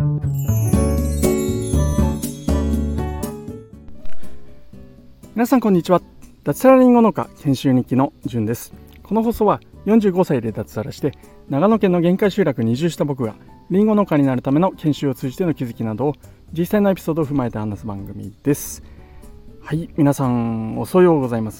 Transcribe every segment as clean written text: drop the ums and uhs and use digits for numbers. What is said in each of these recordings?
皆さんこんにちは。脱サラリンゴ農家研修日記のじゅんです。この放送は45歳で脱サラして長野県の限界集落に移住した僕がリンゴ農家になるための研修を通じての気づきなどを実際のエピソードを踏まえて話す番組です。はい、皆さんおはようございます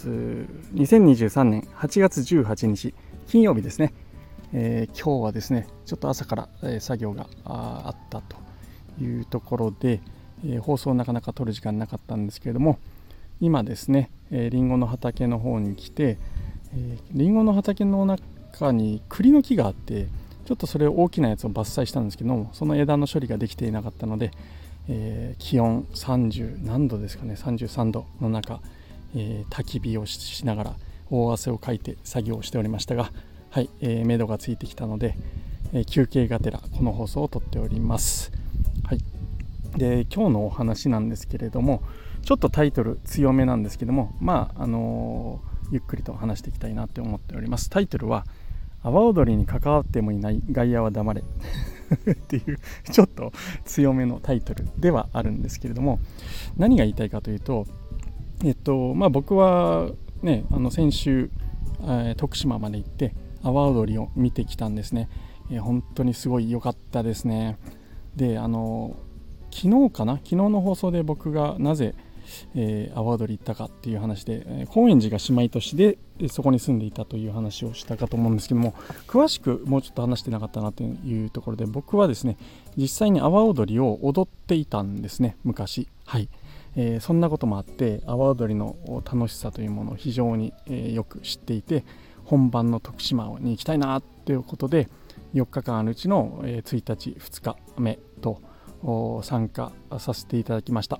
。2023年8月18日金曜日ですね。今日はですねちょっと朝から、作業があったというところで、放送なかなか撮る時間なかったんですけれども、今ですね、リンゴの畑の方に来て、リンゴの畑の中に栗の木があって、ちょっとそれ大きなやつを伐採したんですけども、その枝の処理ができていなかったので、気温30何度ですかね、33度の中、焚き火をしながら大汗をかいて作業をしておりましたが、はい、目処がついてきたので、休憩がてらこの放送を撮っております。はい、で今日のお話なんですけれども、ちょっとタイトル強めなんですけども、ゆっくりと話していきたいなって思っております。タイトルは阿波踊りに関わってもいない外野は黙れっていうちょっと強めのタイトルではあるんですけれども、何が言いたいかというと、僕はね、先週、徳島まで行って阿波踊りを見てきたんですね。本当にすごい良かったですね。で、昨日の放送で僕がなぜ阿波踊り行ったかっていう話で、高円寺が姉妹都市でそこに住んでいたという話をしたかと思うんですけども、詳しくもうちょっと話してなかったなというところで、僕はですね実際に阿波踊りを踊っていたんですね、昔。はい、そんなこともあって阿波踊りの楽しさというものを非常に、よく知っていて、本番の徳島に行きたいなということで4日間あるうちの、1日2日目と参加させていただきました。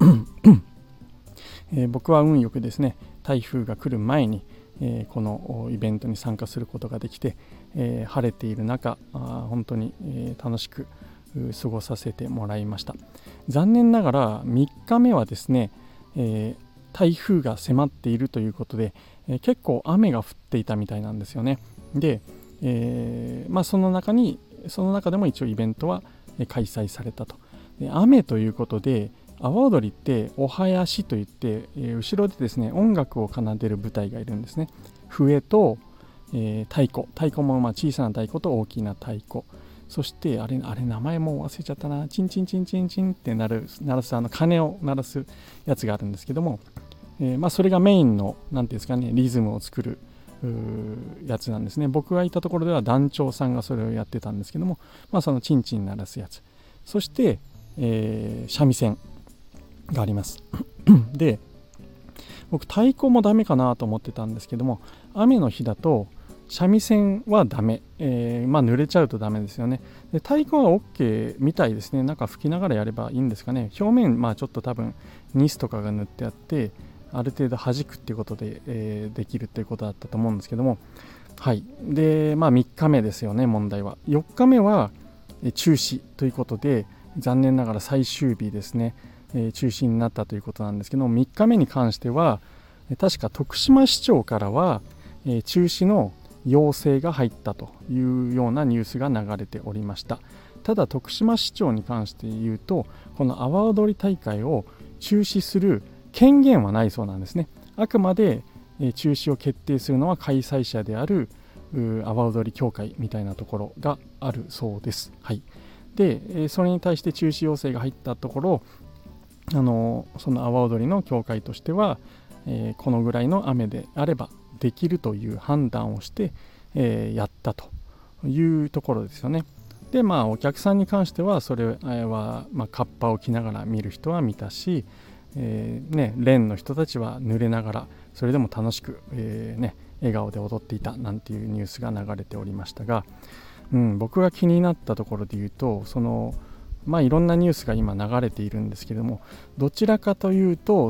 僕は運よくですね、台風が来る前に、このイベントに参加することができて、晴れている中本当に、楽しく過ごさせてもらいました。残念ながら3日目はですね、台風が迫っているということで、結構雨が降っていたみたいなんですよね。で、その中でも一応イベントは開催されたと。で、雨ということで阿波踊りってお囃子といって、後ろでですね音楽を奏でる舞台がいるんですね。笛と、太鼓も小さな太鼓と大きな太鼓、そしてあれ名前も忘れちゃったな、チンチンチンチンチンって鳴らす鐘を鳴らすやつがあるんですけども、それがメインのなんていうんですかね、リズムを作るやつなんですね。僕がいたところでは団長さんがそれをやってたんですけども、そのチンチン鳴らすやつ、そして、三味線がありますで、僕太鼓もダメかなと思ってたんですけども、雨の日だと三味線はダメ、濡れちゃうとダメですよね。で、太鼓は OK みたいですね。なんか吹きながらやればいいんですかね。表面ちょっと多分ニスとかが塗ってあって、ある程度弾くっていうことで、できるっていうことだったと思うんですけども、はい。で、3日目ですよね、問題は。4日目は中止ということで、残念ながら最終日ですね、中止になったということなんですけども、3日目に関しては確か徳島市長からは、中止の要請が入ったというようなニュースが流れておりました。ただ徳島市長に関して言うと、この阿波踊り大会を中止する権限はないそうなんですね。あくまで中止を決定するのは開催者である阿波踊り協会みたいなところがあるそうです。はい。で、それに対して中止要請が入ったところ、その阿波踊りの協会としては、このぐらいの雨であればできるという判断をして、やったというところですよね。で、お客さんに関してはそれは、カッパを着ながら見る人は見たし、連の人たちは濡れながらそれでも楽しく、笑顔で踊っていたなんていうニュースが流れておりましたが、僕が気になったところで言うと、いろんなニュースが今流れているんですけれども、どちらかというと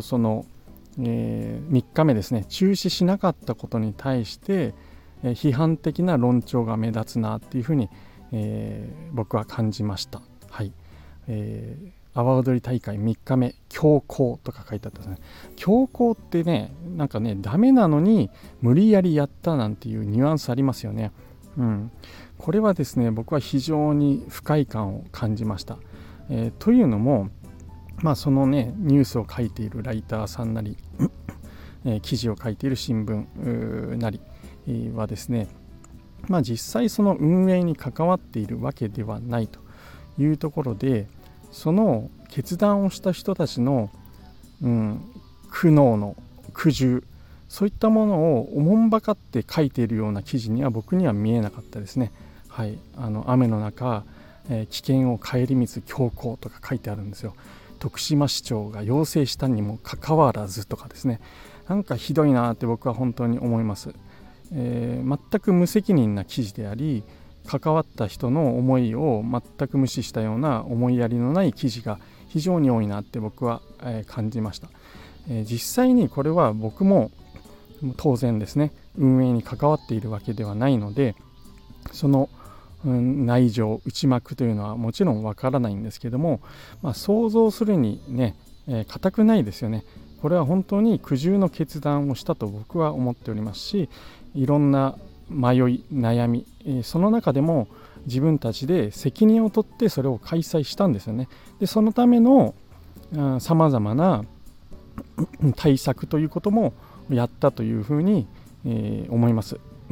3日目ですね、中止しなかったことに対して、批判的な論調が目立つなっていうふうに、僕は感じました。はい。阿波踊り大会3日目強行とか書いてあったんですね。強行ってね、なんかね、ダメなのに無理やりやったなんていうニュアンスありますよね。これはですね、僕は非常に不快感を感じました。 というのも、そのねニュースを書いているライターさんなり記事を書いている新聞なりはですね、実際その運営に関わっているわけではないというところで、その決断をした人たちの、苦悩の苦渋、そういったものをおもんばかって書いているような記事には僕には見えなかったですね。はい、雨の中、危険を顧みず強行とか書いてあるんですよ。徳島市長が要請したにもかかわらずとかですね、なんかひどいなって僕は本当に思います。全く無責任な記事であり、関わった人の思いを全く無視したような思いやりのない記事が非常に多いなって僕は、感じました。実際にこれは僕も当然ですね運営に関わっているわけではないので、その内情内幕というのはもちろんわからないんですけども、想像するにね固くないですよね。これは本当に苦渋の決断をしたと僕は思っておりますし、いろんな迷い悩み、その中でも自分たちで責任を取ってそれを開催したんですよね。でそのためのさまざまな対策ということもやったというふうに、思います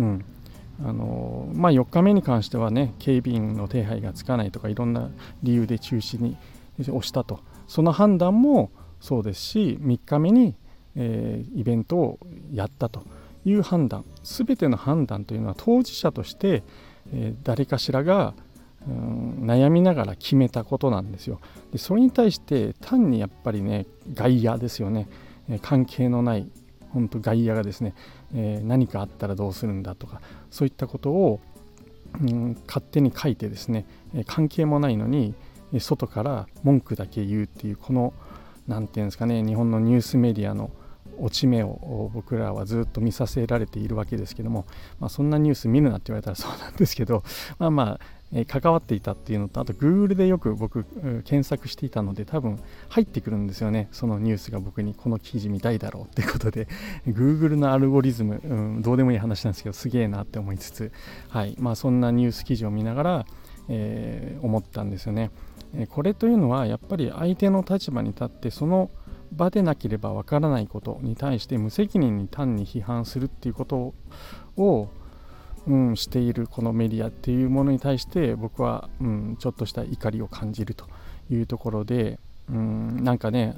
。4日目に関してはね警備員の手配がつかないとかいろんな理由で中止にをしたと、その判断もそうですし、3日目に、イベントをやったという判断、全ての判断というのは当事者として、誰かしらが悩みながら決めたことなんですよ。でそれに対して単にやっぱりね外野ですよね、関係のない本当外野がですね、何かあったらどうするんだとかそういったことを、勝手に書いてですね、関係もないのに外から文句だけ言うっていう、このなんていうんですかね、日本のニュースメディアの落ち目を僕らはずっと見させられているわけですけども、そんなニュース見るなって言われたらそうなんですけど、関わっていたっていうのと、あと Google でよく僕検索していたので多分入ってくるんですよね、そのニュースが僕にこの記事見たいだろうっていうことでGoogle のアルゴリズム、どうでもいい話なんですけどすげえなって思いつつ、そんなニュース記事を見ながら、思ったんですよね。これというのはやっぱり相手の立場に立ってその場でなければわからないことに対して無責任に単に批判するっていうことを、しているこのメディアっていうものに対して僕は、ちょっとした怒りを感じるというところで、なんかね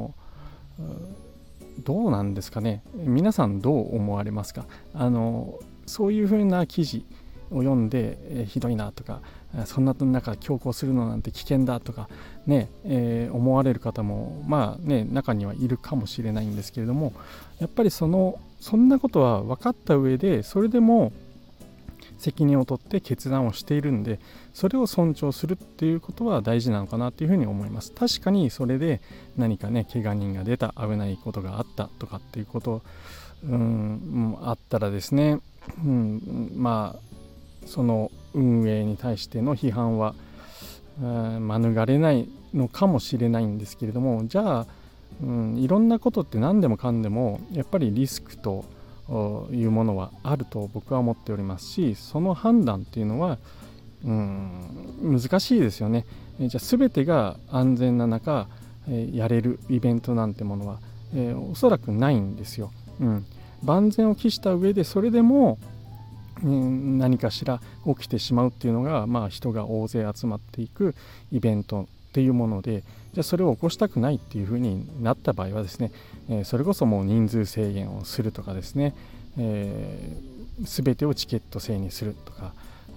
どうなんですかね、皆さんどう思われますか。そういうふうな記事を読んで、ひどいなとかそんな中強行するのなんて危険だとかね、思われる方も中にはいるかもしれないんですけれども、やっぱりそんなことは分かった上でそれでも責任を取って決断をしているんで、それを尊重するっていうことは大事なのかなというふうに思います。確かにそれで何かね怪我人が出た、危ないことがあったとかっていうことあったらですね、その運営に対しての批判は免れないのかもしれないんですけれども、じゃあ、いろんなことって何でもかんでもやっぱりリスクというものはあると僕は思っておりますし、その判断っていうのは難しいですよね。じゃあ全てが安全な中、やれるイベントなんてものは、おそらくないんですよ。万全を期した上でそれでも何かしら起きてしまうっていうのが、人が大勢集まっていくイベントっていうもので、じゃあそれを起こしたくないっていうふうになった場合はですね、それこそもう人数制限をするとかですね、全てをチケット制にするとか、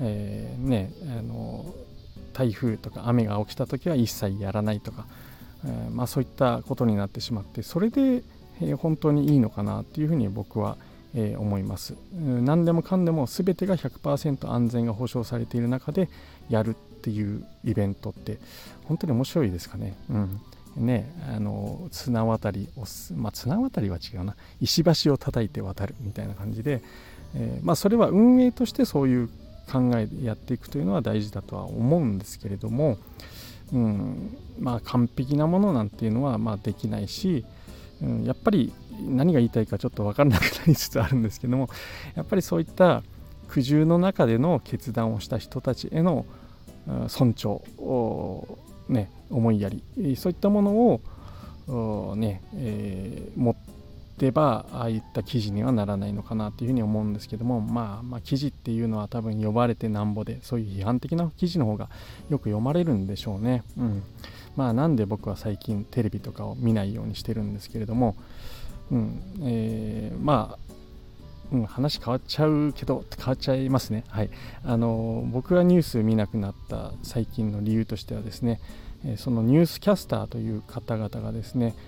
台風とか雨が起きた時は一切やらないとか、そういったことになってしまって、それで、本当にいいのかなっていうふうに僕は思います。何でもかんでも全てが 100% 安全が保証されている中でやるっていうイベントって本当に面白いですかね。綱渡りを綱渡りは違うな、石橋を叩いて渡るみたいな感じで、それは運営としてそういう考えでやっていくというのは大事だとは思うんですけれども、完璧なものなんていうのはできないし、やっぱり何が言いたいかちょっと分からなくなりつつあるんですけども、やっぱりそういった苦渋の中での決断をした人たちへの尊重思いやり、そういったものを持ってばああいった記事にはならないのかなというふうに思うんですけども、記事っていうのは多分呼ばれてなんぼで、そういう批判的な記事の方がよく読まれるんでしょうね。なんで僕は最近テレビとかを見ないようにしてるんですけれども、話変わっちゃうけど変わっちゃいますね。僕がニュース見なくなった最近の理由としてはですね、そのニュースキャスターという方々がですね、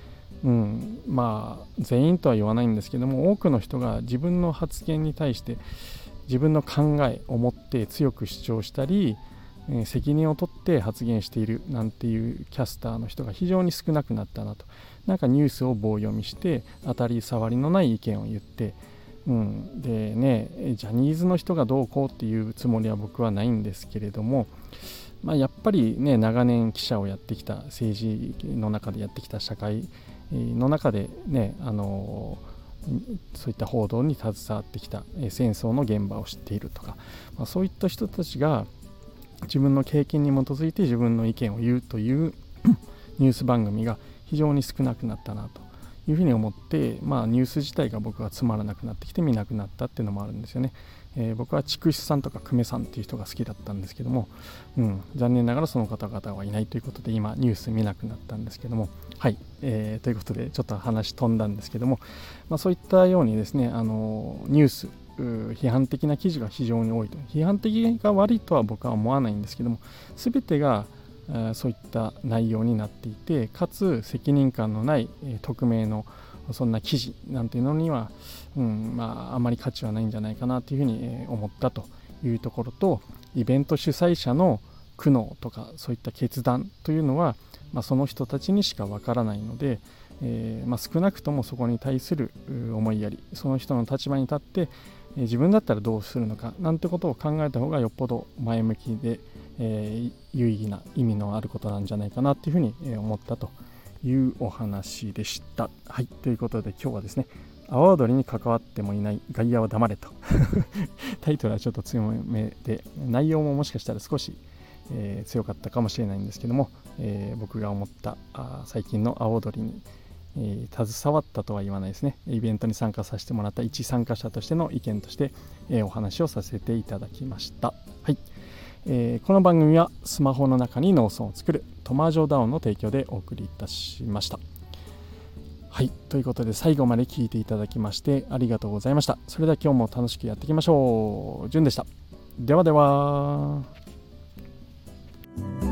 全員とは言わないんですけども、多くの人が自分の発言に対して自分の考えを持って強く主張したり、責任を取って発言しているなんていうキャスターの人が非常に少なくなったなと。なんかニュースを棒読みして当たり障りのない意見を言って、でね、ジャニーズの人がどうこうっていうつもりは僕はないんですけれども、やっぱりね、長年記者をやってきた、政治の中でやってきた、社会の中でね、そういった報道に携わってきた、戦争の現場を知っているとか、そういった人たちが自分の経験に基づいて自分の意見を言うというニュース番組が非常に少なくなったなというふうに思って、ニュース自体が僕はつまらなくなってきて見なくなったっていうのもあるんですよね。僕は筑紫さんとか久米さんっていう人が好きだったんですけども、残念ながらその方々はいないということで今ニュース見なくなったんですけども、ということでちょっと話飛んだんですけども、そういったようにですね、ニュース批判的な記事が非常に多いと。批判的が悪いとは僕は思わないんですけども、全てがそういった内容になっていて、かつ責任感のない匿名のそんな記事なんていうのには、あまり価値はないんじゃないかなというふうに思ったというところと、イベント主催者の苦悩とかそういった決断というのは、その人たちにしかわからないので、少なくともそこに対する思いやり、その人の立場に立って自分だったらどうするのかなんてことを考えた方がよっぽど前向きで、有意義な意味のあることなんじゃないかなというふうに思ったというお話でした。ということで今日はですね、阿波踊りに関わってもいない外野は黙れとタイトルはちょっと強めで、内容ももしかしたら少し、強かったかもしれないんですけども、僕が思った最近の阿波踊りに携わったとは言わないですね、イベントに参加させてもらった一参加者としての意見として、お話をさせていただきました。この番組はスマホの中に農村を作るトマジョダウンの提供でお送りいたしました。ということで最後まで聞いていただきましてありがとうございました。それでは今日も楽しくやっていきましょう。じゅんでした。ではでは。